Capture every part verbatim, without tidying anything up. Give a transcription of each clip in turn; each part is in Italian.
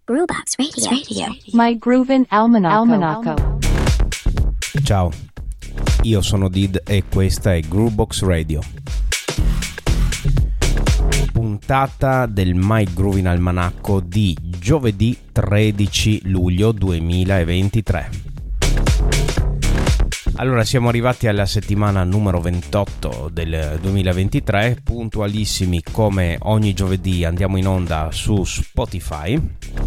Groovebox Radio. Radio. My Groovin' Almanacco. Almanacco. Ciao, io sono Did e questa è Groovebox Radio. Puntata del My Groovin' Almanacco di giovedì tredici luglio duemilaventitré. Allora, siamo arrivati alla settimana numero ventotto del duemilaventitré, puntualissimi come ogni giovedì andiamo in onda su Spotify.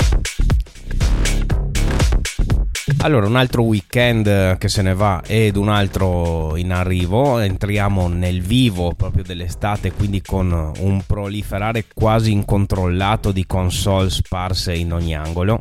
Allora, un altro weekend che se ne va ed un altro in arrivo, entriamo nel vivo proprio dell'estate, quindi con un proliferare quasi incontrollato di console sparse in ogni angolo.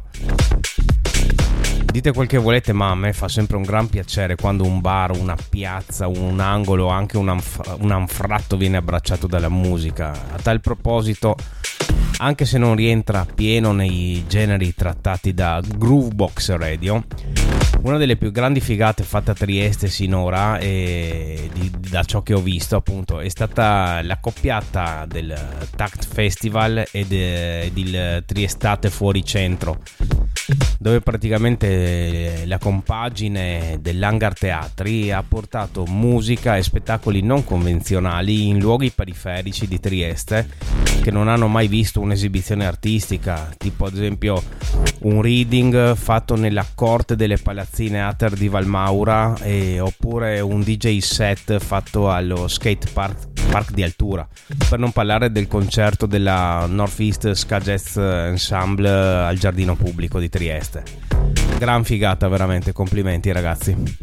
Dite quel che volete, ma a me fa sempre un gran piacere quando un bar, una piazza, un angolo, anche un, anf- un anfratto viene abbracciato dalla musica. A tal proposito, anche se non rientra pieno nei generi trattati da Groovebox Radio, una delle più grandi figate fatte a Trieste sinora, e di, da ciò che ho visto appunto, è stata la coppiata del Tact Festival ed, ed il Triestate Fuori Centro, dove praticamente la compagine dell'Hangar Teatri ha portato musica e spettacoli non convenzionali in luoghi periferici di Trieste che non hanno mai visto un'esibizione artistica, tipo ad esempio un reading fatto nella corte delle palazzine Ater di Valmaura, e, oppure un D J set fatto allo skate park, park di Altura, per non parlare del concerto della Northeast Ska Jazz Ensemble al Giardino Pubblico di Trieste. Gran figata, veramente, complimenti ragazzi.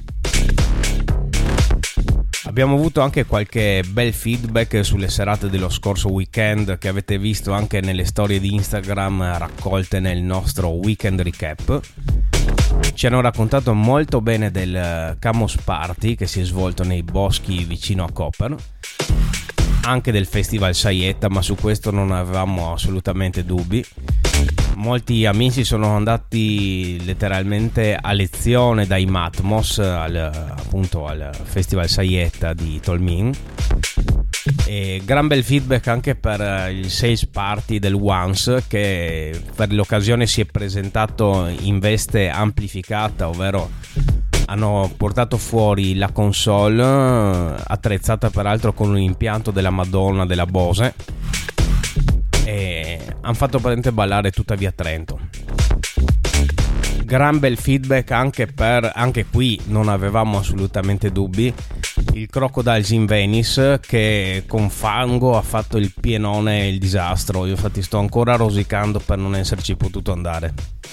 Abbiamo avuto anche qualche bel feedback sulle serate dello scorso weekend che avete visto anche nelle storie di Instagram raccolte nel nostro weekend recap. Ci hanno raccontato molto bene del Camos Party che si è svolto nei boschi vicino a Koper, anche del Festival Saietta, ma su questo non avevamo assolutamente dubbi. Molti amici sono andati letteralmente a lezione dai Matmos al, appunto al Festival Saietta di Tolmin, e gran bel feedback anche per il Sales Party del Once, che per l'occasione si è presentato in veste amplificata, ovvero hanno portato fuori la console attrezzata peraltro con un impianto della Madonna della Bose, e hanno fatto praticamente ballare tutta via Trento. Gran bel feedback anche per, anche qui non avevamo assolutamente dubbi, il Crocodiles in Venice, che con fango ha fatto il pienone e il disastro. Io infatti sto ancora rosicando per non esserci potuto andare.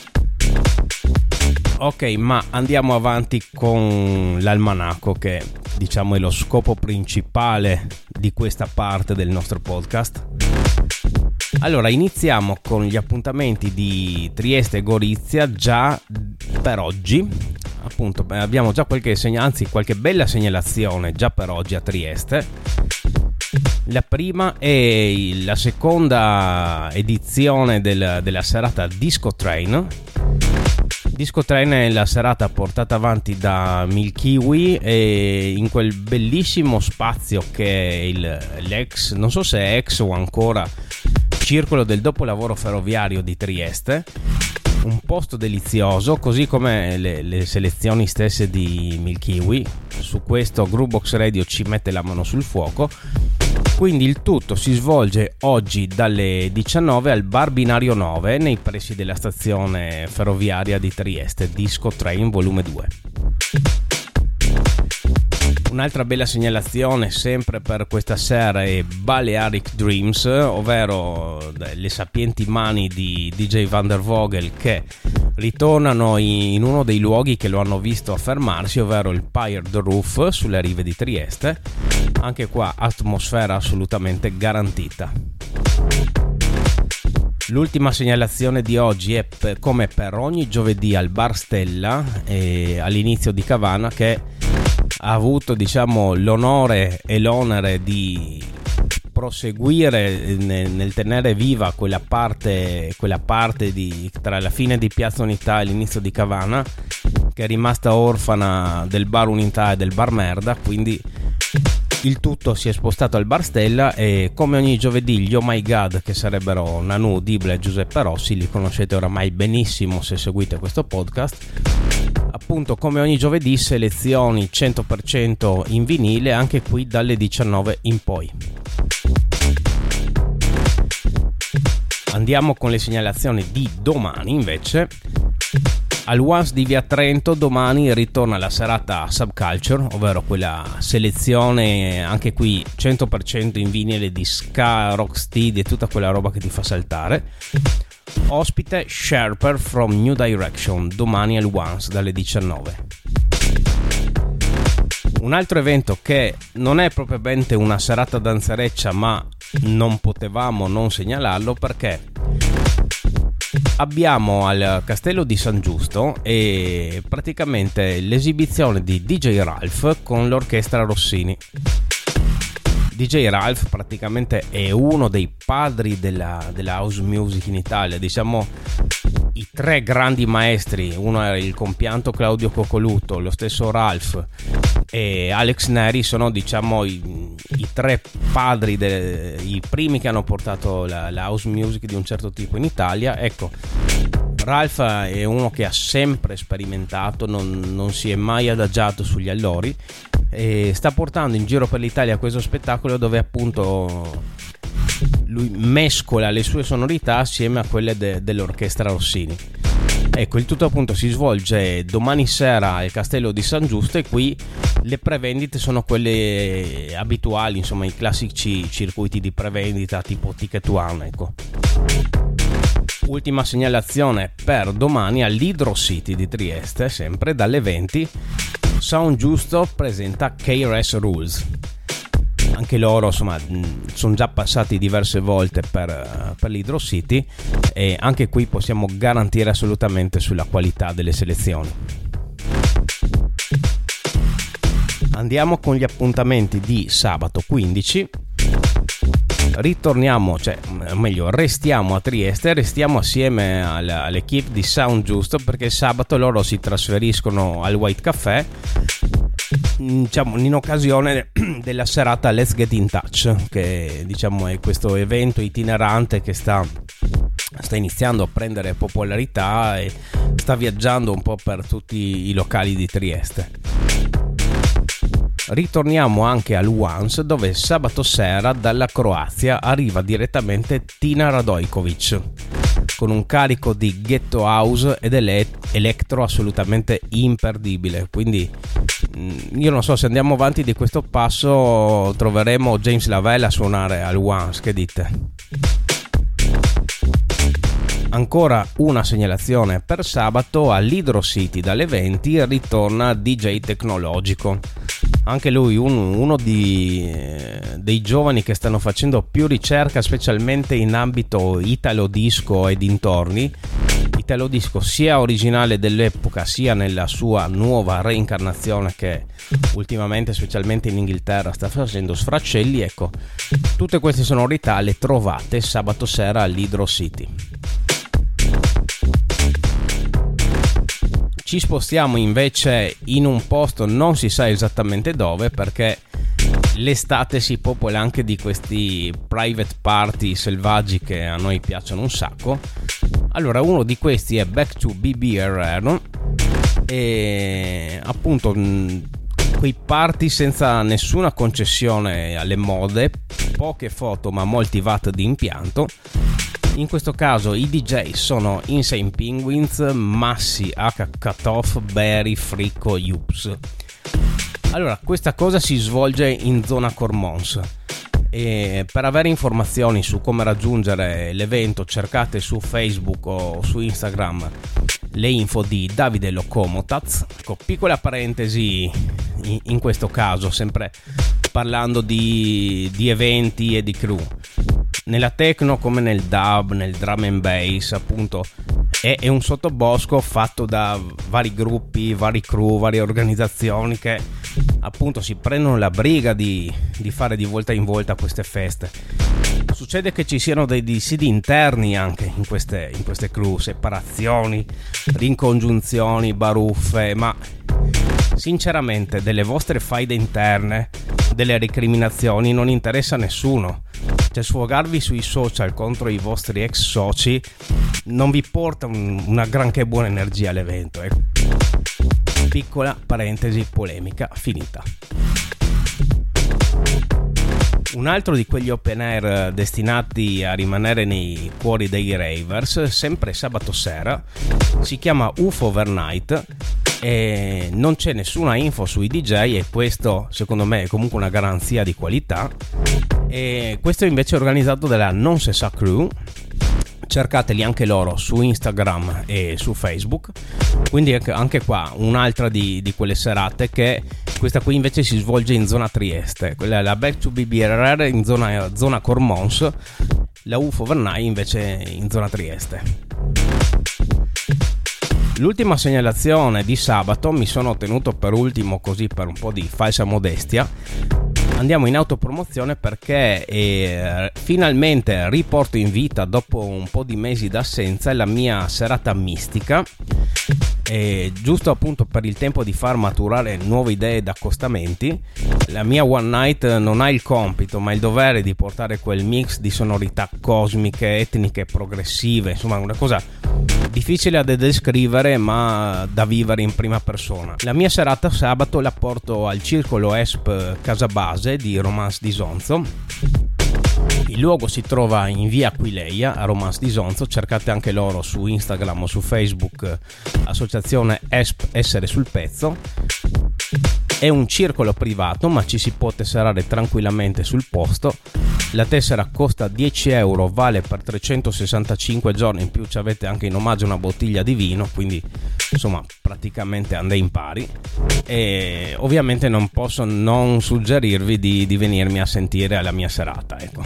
Ok, ma andiamo avanti con l'almanacco, che diciamo è lo scopo principale di questa parte del nostro podcast. Allora, iniziamo con gli appuntamenti di Trieste e Gorizia già per oggi. Appunto, abbiamo già qualche segna- anzi qualche bella segnalazione già per oggi a Trieste. La prima è la seconda edizione del, della serata Disco Train. Disco Train è la serata portata avanti da Milkiwi, e in quel bellissimo spazio che è il, l'ex, non so se è ex o ancora, Circolo del Dopolavoro Ferroviario di Trieste. Un posto delizioso, così come le, le selezioni stesse di Milkiwi. Su questo Groovebox Radio ci mette la mano sul fuoco. Quindi il tutto si svolge oggi dalle diciannove al Bar Binario nove, nei pressi della stazione ferroviaria di Trieste. Disco Train volume due. Un'altra bella segnalazione sempre per questa sera è Balearic Dreams, ovvero le sapienti mani di D J Van der Vogel, che ritornano in uno dei luoghi che lo hanno visto affermarsi, ovvero il Pier the Roof sulle rive di Trieste. Anche qua atmosfera assolutamente garantita. L'ultima segnalazione di oggi è, per, come per ogni giovedì, al Bar Stella, e all'inizio di Cavana, che ha avuto, diciamo, l'onore e l'onere di proseguire nel, nel tenere viva quella parte, quella parte di, tra la fine di Piazza Unità e l'inizio di Cavana, che è rimasta orfana del Bar Unità e del Bar Merda. Quindi Il tutto si è spostato al Bar Stella e come ogni giovedì gli Oh My God, che sarebbero Nanu, Dibla e Giuseppe Rossi, li conoscete oramai benissimo se seguite questo podcast. Appunto, come ogni giovedì, selezioni cento per cento in vinile, anche qui dalle diciannove in poi. Andiamo con le segnalazioni di domani invece. Al Once di Via Trento domani ritorna la serata Subculture, ovvero quella selezione anche qui cento per cento in vinile di ska, rocksteady e tutta quella roba che ti fa saltare. Ospite Sharper from New Direction domani al Once dalle diciannove. Un altro evento che non è propriamente una serata danzereccia, ma non potevamo non segnalarlo perché abbiamo al Castello di San Giusto e praticamente l'esibizione di D J Ralph con l'orchestra Rossini. D J Ralph praticamente è uno dei padri della, della house music in Italia, diciamo i tre grandi maestri, uno era il compianto Claudio Coccoluto, lo stesso Ralph e Alex Neri sono diciamo i, i tre padri, de, i primi che hanno portato la, la house music di un certo tipo in Italia. Ecco, Ralph è uno che ha sempre sperimentato, non, non si è mai adagiato sugli allori e sta portando in giro per l'Italia questo spettacolo dove appunto lui mescola le sue sonorità assieme a quelle de, dell'orchestra Rossini. Ecco, il tutto appunto si svolge domani sera al Castello di San Giusto e qui le prevendite sono quelle abituali, insomma i classici circuiti di prevendita tipo Ticket One, ecco. Ultima segnalazione per domani all'Hydro City di Trieste, sempre dalle venti, Sound Giusto presenta K R S Rules. Anche loro insomma sono già passati diverse volte per, per l'Hydro City e anche qui possiamo garantire assolutamente sulla qualità delle selezioni. Andiamo con gli appuntamenti di sabato quindici. Ritorniamo, cioè meglio restiamo a Trieste, restiamo assieme all'equipe di Sound Giusto perché sabato loro si trasferiscono al White Café, diciamo in occasione della serata Let's Get in Touch, che diciamo è questo evento itinerante che sta sta iniziando a prendere popolarità e sta viaggiando un po' per tutti i locali di Trieste. Ritorniamo anche al Once dove sabato sera dalla Croazia arriva direttamente Tina Radojkovic con un carico di ghetto house ed ele- electro assolutamente imperdibile, quindi io non so se andiamo avanti di questo passo troveremo James Lavelle a suonare al Once, che dite? Ancora una segnalazione per sabato all'Hydro City dalle venti ritorna D J Tecnologico, anche lui un, uno di, eh, dei giovani che stanno facendo più ricerca specialmente in ambito italo disco e dintorni, italo disco sia originale dell'epoca sia nella sua nuova reincarnazione che ultimamente specialmente in Inghilterra sta facendo sfracelli. Ecco, tutte queste sonorità le trovate sabato sera all'Hydro City. Ci spostiamo invece in un posto non si sa esattamente dove perché l'estate si popola anche di questi private party selvaggi che a noi piacciono un sacco. Allora uno di questi è Back to B B R R e appunto quei party senza nessuna concessione alle mode, poche foto ma molti watt di impianto. In questo caso i D J sono Insane Penguins, Massi, H. Cutoff, Barry, Fricco, Yups. Allora, questa cosa si svolge in zona Cormons e per avere informazioni su come raggiungere l'evento cercate su Facebook o su Instagram le info di Davide Locomotaz. Ecco, piccola parentesi in questo caso, sempre parlando di, di eventi e di crew. Nella techno come nel dub, nel drum and bass appunto è, è un sottobosco fatto da vari gruppi, vari crew, varie organizzazioni che appunto si prendono la briga di, di fare di volta in volta queste feste. Succede che ci siano dei dissidi interni anche in queste, in queste crew, separazioni, rincongiunzioni, baruffe, ma sinceramente delle vostre faide interne, delle recriminazioni non interessa a nessuno. Cioè, sfogarvi sui social contro i vostri ex soci non vi porta un, una granché buona energia all'evento. Ecco. Piccola parentesi polemica finita. Un altro di quegli open air destinati a rimanere nei cuori dei ravers, sempre sabato sera, si chiama U F O Overnight e non c'è nessuna info sui D J, e questo secondo me è comunque una garanzia di qualità. E questo invece è organizzato dalla Non Se Sa Crew. Cercateli anche loro su Instagram e su Facebook. Quindi anche qua un'altra di, di quelle serate, che questa qui invece si svolge in zona Trieste. Quella è la Back to B B R R in zona, zona Cormons, la U F O Overnight invece in zona Trieste. L'ultima segnalazione di sabato mi sono tenuto per ultimo, così per un po' di falsa modestia. Andiamo in autopromozione perché eh, finalmente riporto in vita, dopo un po' di mesi d'assenza, la mia serata mistica, e giusto appunto per il tempo di far maturare nuove idee ed accostamenti. La mia One Night non ha il compito ma il dovere di portare quel mix di sonorità cosmiche, etniche, progressive, insomma una cosa difficile da descrivere ma da vivere in prima persona. La mia serata sabato la porto al Circolo E S P Casa Base di Romance di Sonzo. Il luogo si trova in via Aquileia a Romance di Sonzo. Cercate anche loro su Instagram o su Facebook, associazione E S P Essere sul Pezzo. È un circolo privato ma ci si può tesserare tranquillamente sul posto. La tessera costa dieci euro, vale per trecentosessantacinque giorni, in più ci avete anche in omaggio una bottiglia di vino, quindi insomma praticamente andate in pari. E ovviamente non posso non suggerirvi di, di venirmi a sentire alla mia serata, ecco.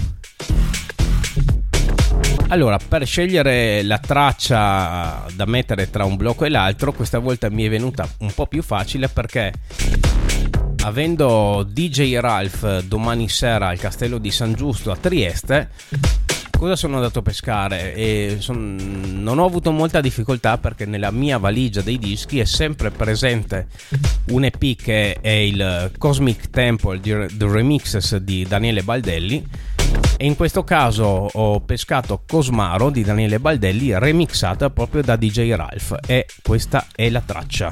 Allora, per scegliere la traccia da mettere tra un blocco e l'altro, questa volta mi è venuta un po' più facile, perché avendo D J Ralph domani sera al Castello di San Giusto a Trieste, cosa sono andato a pescare? E son... non ho avuto molta difficoltà, perché nella mia valigia dei dischi è sempre presente un E P che è il Cosmic Temple di The Remixes di Daniele Baldelli, e in questo caso ho pescato Cosmaro di Daniele Baldelli remixata proprio da D J Ralph, e questa è la traccia.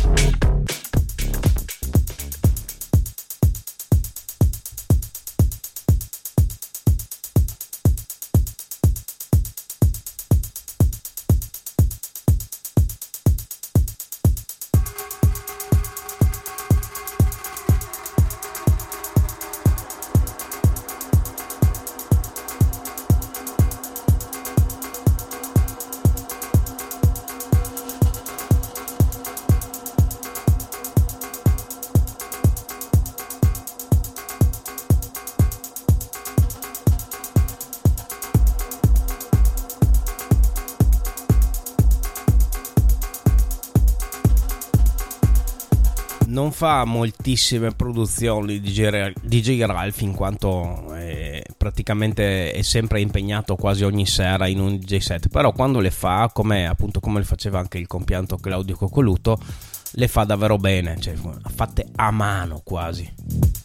Non fa moltissime produzioni di D J Ralph, in quanto è, praticamente è sempre impegnato quasi ogni sera in un D J set, però quando le fa, come appunto come le faceva anche il compianto Claudio Coccoluto, le fa davvero bene, cioè fatte a mano quasi.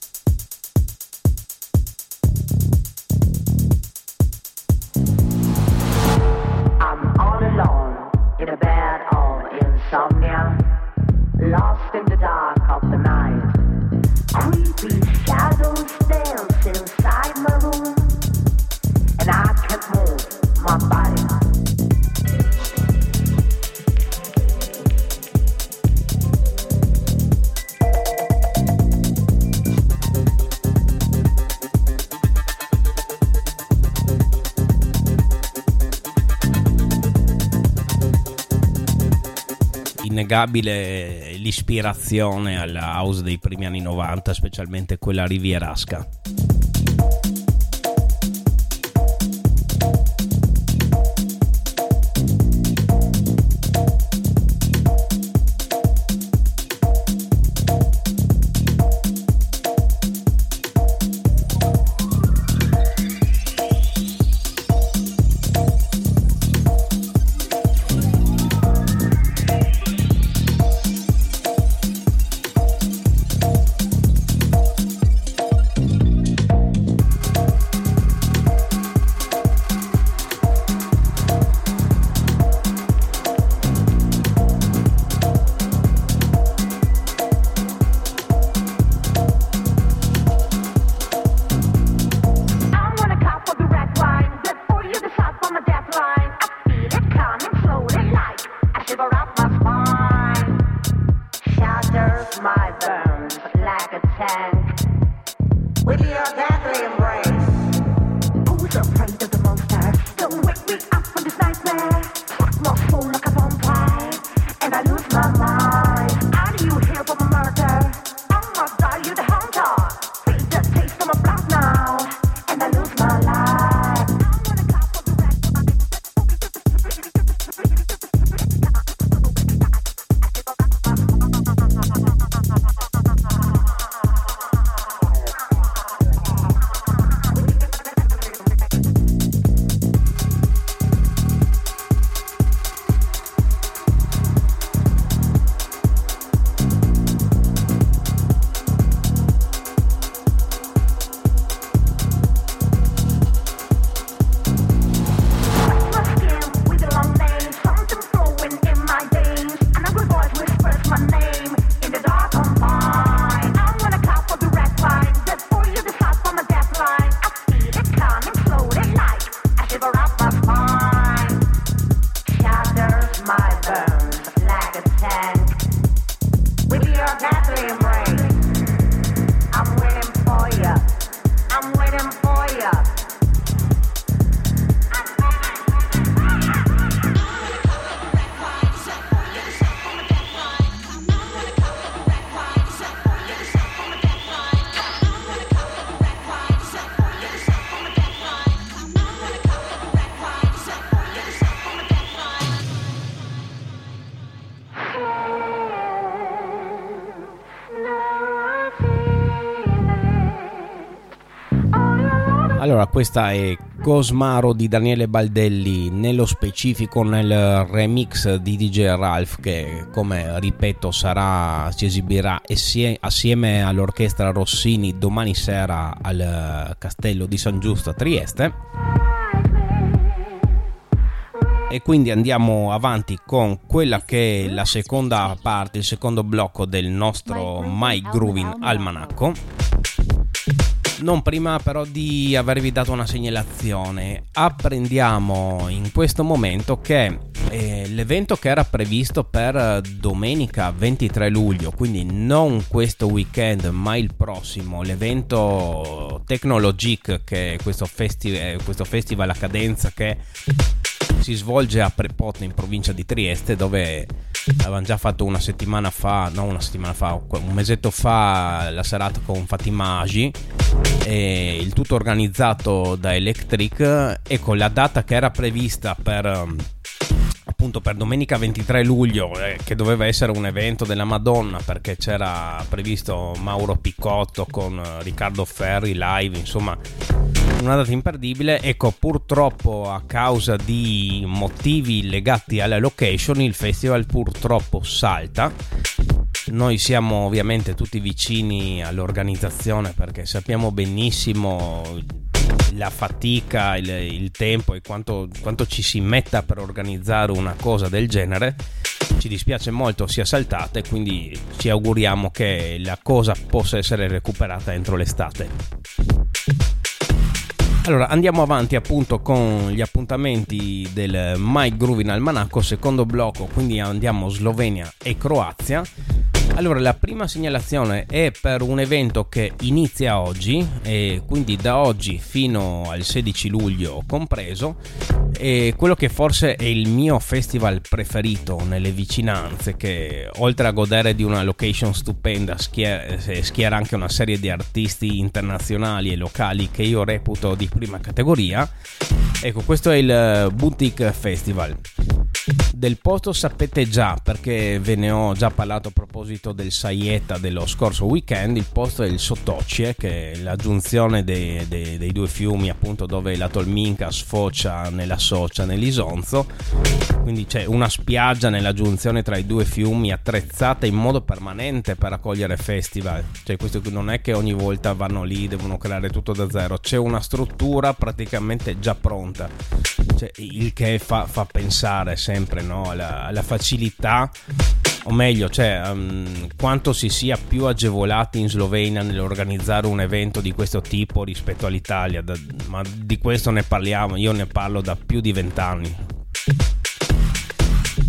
I'm all alone in a bed of insomnia, lost in the dark of the night. Creepy shadows dance inside my room, and I can't move my body. Innegabile l'ispirazione alla house dei primi anni novanta, specialmente quella rivierasca. shiver up my spine, shatters my bones like a tank. With your deadly embrace, who's afraid of the monster? Don't wake me up from this nightmare. Fuck my soul like a vampire, and I lose my mind. Are you here for murder? I must die, you the hunter. Feel the taste of my blood now, and I lose my life. I wanna clap for the rest of my Allora, questa è Cosmaro di Daniele Baldelli, nello specifico nel remix di D J Ralph, che, come ripeto, sarà si esibirà assieme all'orchestra Rossini domani sera al Castello di San Giusto a Trieste. E quindi andiamo avanti con quella che è la seconda parte, il secondo blocco del nostro My Groovin' Almanacco. Non prima però di avervi dato una segnalazione. Apprendiamo in questo momento che eh, l'evento che era previsto per domenica ventitré luglio, quindi non questo weekend ma il prossimo, l'evento Technologic, che è questo, festi- questo festival a cadenza che si svolge a Prepote in provincia di Trieste, dove avevano già fatto una settimana fa, no una settimana fa, un mesetto fa la serata con Fatima Agi, e il tutto organizzato da Electric. Ecco, la data che era prevista per appunto per domenica ventitré luglio, eh, che doveva essere un evento della Madonna, perché c'era previsto Mauro Picotto con Riccardo Ferri live, insomma una data imperdibile. Ecco, purtroppo a causa di motivi legati alla location il festival purtroppo salta. Noi siamo ovviamente tutti vicini all'organizzazione, perché sappiamo benissimo la fatica, il, il tempo e quanto, quanto ci si metta per organizzare una cosa del genere. Ci dispiace molto sia saltata, e quindi ci auguriamo che la cosa possa essere recuperata entro l'estate. Allora, andiamo avanti appunto con gli appuntamenti del My Groovin' Almanacco, secondo blocco, quindi andiamo Slovenia e Croazia. Allora, la prima segnalazione è per un evento che inizia oggi, e quindi da oggi fino al sedici luglio compreso, e quello che forse è il mio festival preferito nelle vicinanze, che oltre a godere di una location stupenda schiera, schiera anche una serie di artisti internazionali e locali che io reputo di prima categoria. Ecco, questo è il Boutique Festival. Del posto sapete già, perché ve ne ho già parlato a proposito del Saietta dello scorso weekend. Il posto è il Sotocie, che è la giunzione dei, dei, dei due fiumi, appunto, dove la Tolminka sfocia nella Socia, nell'Isonzo. Quindi c'è una spiaggia nella giunzione tra i due fiumi, attrezzata in modo permanente per accogliere festival. Cioè, questo non è che ogni volta vanno lì, devono creare tutto da zero. C'è una struttura praticamente già pronta, cioè, il che fa, fa pensare sempre, no, alla, alla facilità, o meglio, cioè um, quanto si sia più agevolati in Slovenia nell'organizzare un evento di questo tipo rispetto all'Italia. Da, ma di questo ne parliamo, io ne parlo da più di vent'anni.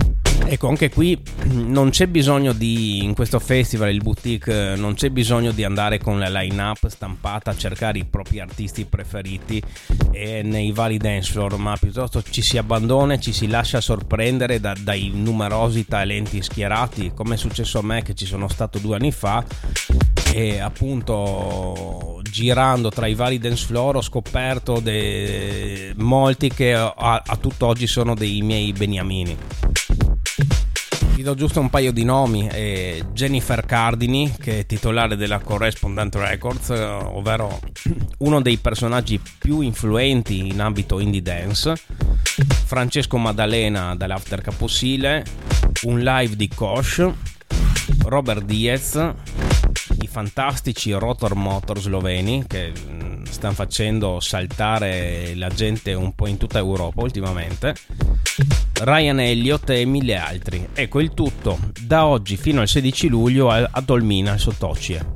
Ecco, anche qui non c'è bisogno di, in questo festival, il boutique, non c'è bisogno di andare con la line-up stampata a cercare i propri artisti preferiti e nei vari dance floor, ma piuttosto ci si abbandona e ci si lascia sorprendere da, dai numerosi talenti schierati, come è successo a me, che ci sono stato due anni fa e appunto girando tra i vari dance floor ho scoperto de... molti che a, a tutt'oggi sono dei miei beniamini. Vi do giusto un paio di nomi: eh, Jennifer Cardini, che è titolare della Correspondent Records, eh, ovvero uno dei personaggi più influenti in ambito indie dance, Francesco Maddalena dall'After Caposile, un live di Kosh, Robert Diez, i fantastici Rotor Motor sloveni che mh, stanno facendo saltare la gente un po' in tutta Europa ultimamente, Ryan Elliott e mille altri. Ecco, il tutto da oggi fino al sedici luglio a Dolmina al Sottoccie.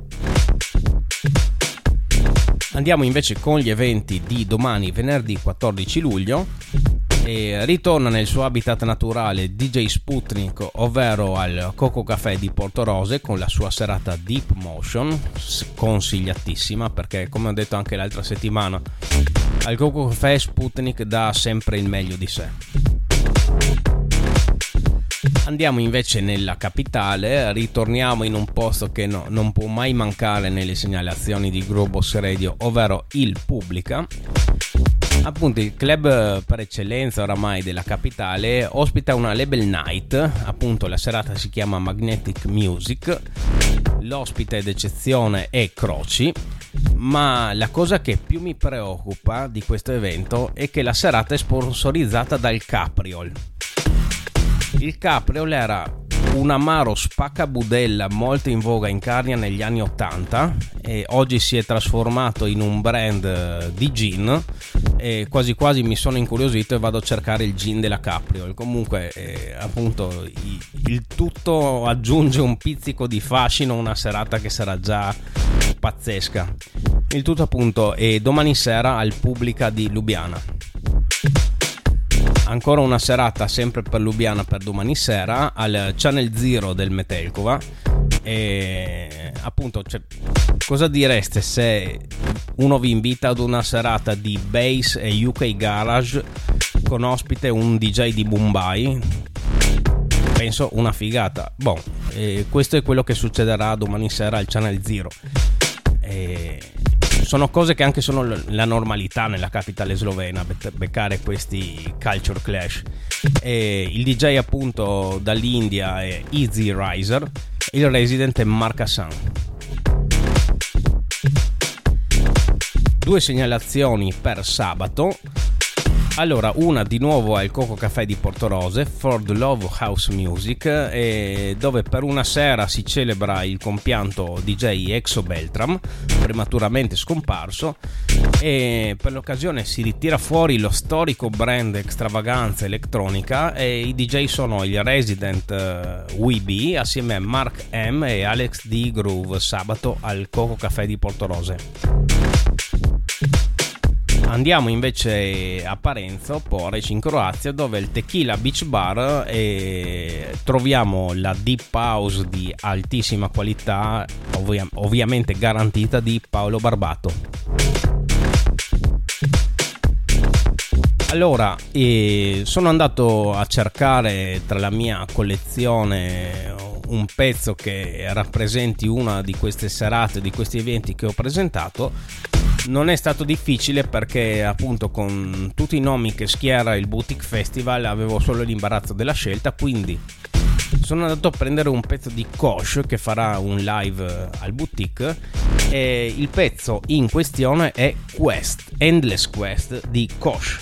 Andiamo invece con gli eventi di domani, venerdì quattordici luglio. E ritorna nel suo habitat naturale D J Sputnik, ovvero al Coco Café di Portorose, con la sua serata Deep Motion, consigliatissima, perché come ho detto anche l'altra settimana, al Coco Café Sputnik dà sempre il meglio di sé. Andiamo invece nella capitale, ritorniamo in un posto che no, non può mai mancare nelle segnalazioni di Groovebox Radio, ovvero il Pubblica. Appunto, il club per eccellenza oramai della capitale ospita una label night, appunto la serata si chiama Magnetic Music, l'ospite d'eccezione è Croci, ma la cosa che più mi preoccupa di questo evento è che la serata è sponsorizzata dal Capriol. Il Capriol era un amaro spaccabudella molto in voga in Carnia negli anni ottanta e oggi si è trasformato in un brand di gin e quasi quasi mi sono incuriosito e vado a cercare il gin della Capriol. Comunque eh, appunto il, il tutto aggiunge un pizzico di fascino a una serata che sarà già pazzesca. Il tutto appunto è domani sera al Pubblica di Lubiana. Ancora una serata sempre per Lubiana per domani sera al Channel Zero del Metelkova e appunto cioè, cosa direste se uno vi invita ad una serata di bass e U K Garage con ospite un D J di Mumbai? Penso una figata. Boh, eh, questo è quello che succederà domani sera al Channel Zero. E sono cose che anche sono la normalità nella capitale slovena, beccare questi culture clash. E il D J appunto dall'India è Easy Riser, il resident è Mark Hassan. Due segnalazioni per sabato. Allora, una di nuovo al Coco Café di Portorose, For the Love of House Music, e dove per una sera si celebra il compianto D J Exo Beltram, prematuramente scomparso, e per l'occasione si ritira fuori lo storico brand Extravaganza Elettronica e i D J sono il resident uh, Weeby assieme a Mark M e Alex D Groove, sabato al Coco Café di Portorose. Andiamo invece a Parenzo, Porec in Croazia, dove il Tequila Beach Bar e troviamo la Deep House di altissima qualità, ovvia- ovviamente garantita, di Paolo Barbato. Allora, eh, sono andato a cercare tra la mia collezione un pezzo che rappresenti una di queste serate, di questi eventi che ho presentato. Non è stato difficile perché appunto con tutti i nomi che schiera il Boutique Festival avevo solo l'imbarazzo della scelta, quindi sono andato a prendere un pezzo di Kosh che farà un live al Boutique e il pezzo in questione è Quest, Endless Quest di Kosh.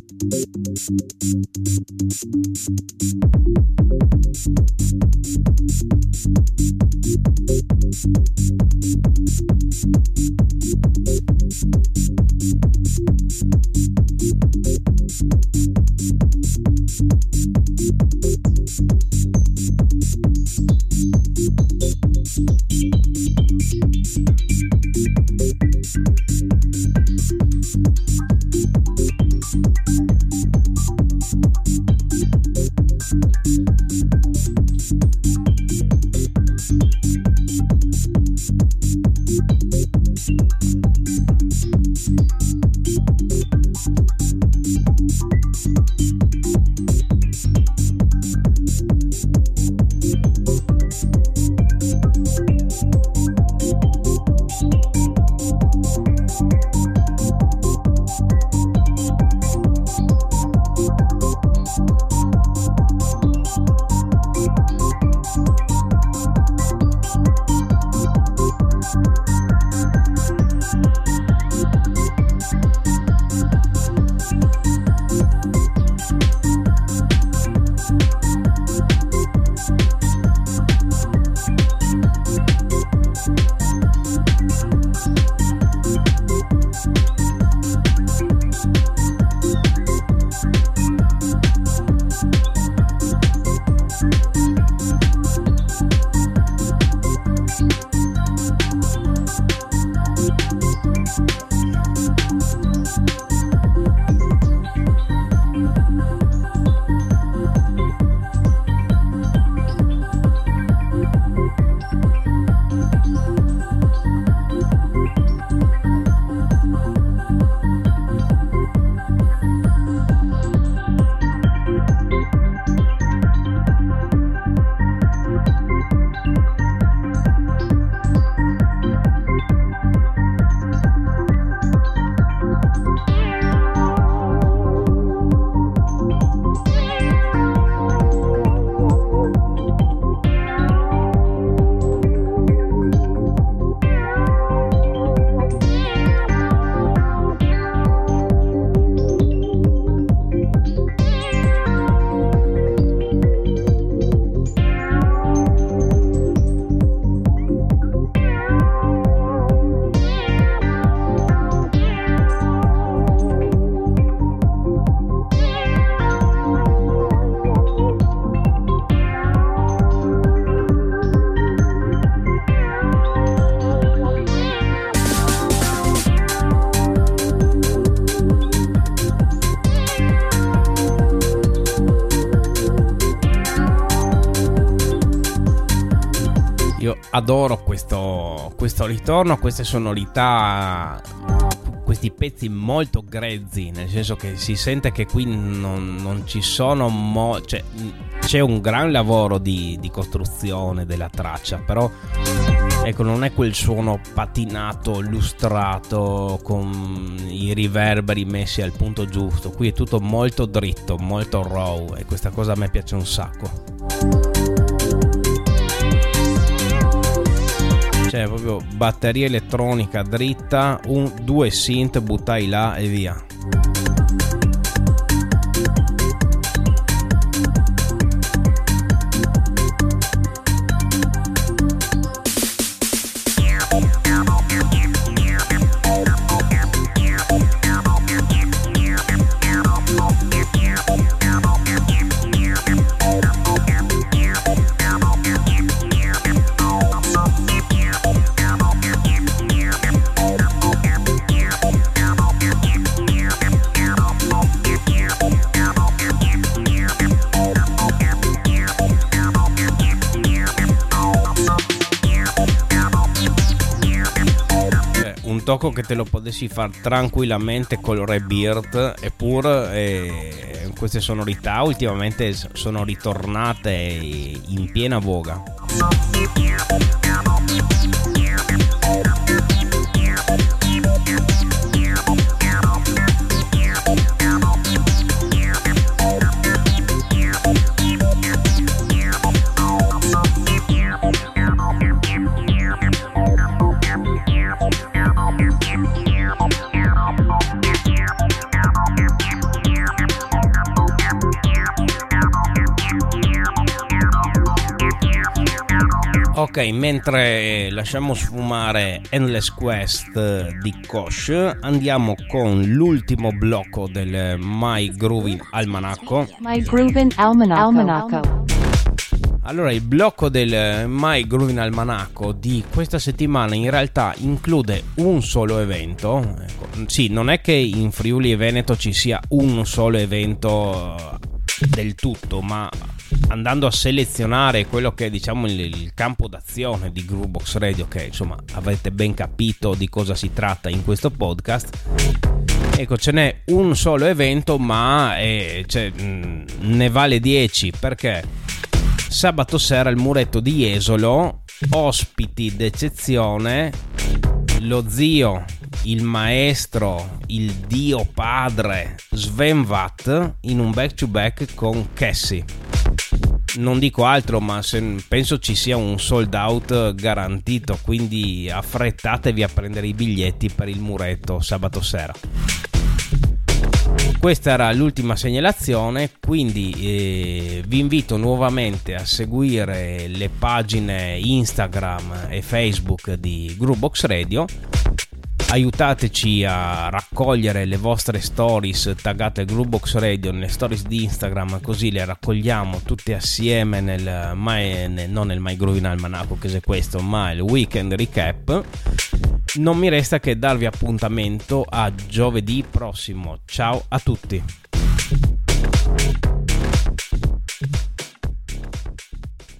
adoro questo, questo ritorno a queste sonorità, questi pezzi molto grezzi, nel senso che si sente che qui non, non ci sono mo- cioè, c'è un gran lavoro di, di costruzione della traccia, però ecco, non è quel suono patinato, lustrato, con i riverberi messi al punto giusto. Qui è tutto molto dritto, molto raw, e questa cosa a me piace un sacco. Cioè proprio batteria elettronica dritta, un, due synth, buttai là e via. Tocco che te lo potessi far tranquillamente col Rebirth, eppure eh, queste sonorità ultimamente sono ritornate in piena voga. Yeah. Ok, mentre lasciamo sfumare Endless Quest di Kosh, andiamo con l'ultimo blocco del My Groovin Almanacco. My Groovin Almanacco. Allora, il blocco del My Groovin Almanacco di questa settimana in realtà include un solo evento. Ecco, sì, non è che in Friuli e Veneto ci sia un solo evento del tutto, ma andando a selezionare quello che è, diciamo, il, il campo d'azione di Groovebox Radio, che insomma avete ben capito di cosa si tratta in questo podcast, ecco, ce n'è un solo evento, ma è, cioè, mh, ne vale dieci, perché sabato sera il muretto di Jesolo, ospiti d'eccezione, lo zio, il maestro, il dio padre Sven Vath in un back to back con Cassie. Non dico altro, ma se, penso ci sia un sold out garantito, quindi affrettatevi a prendere i biglietti per il muretto sabato sera. Questa era l'ultima segnalazione, quindi eh, vi invito nuovamente a seguire le pagine Instagram e Facebook di Groovebox Radio. Aiutateci a raccogliere le vostre stories taggate Groovebox Radio nelle stories di Instagram, così le raccogliamo tutte assieme nel my, nel, non nel My Groovin Almanacco, che è questo, ma il Weekend Recap. Non mi resta che darvi appuntamento a giovedì prossimo. Ciao a tutti.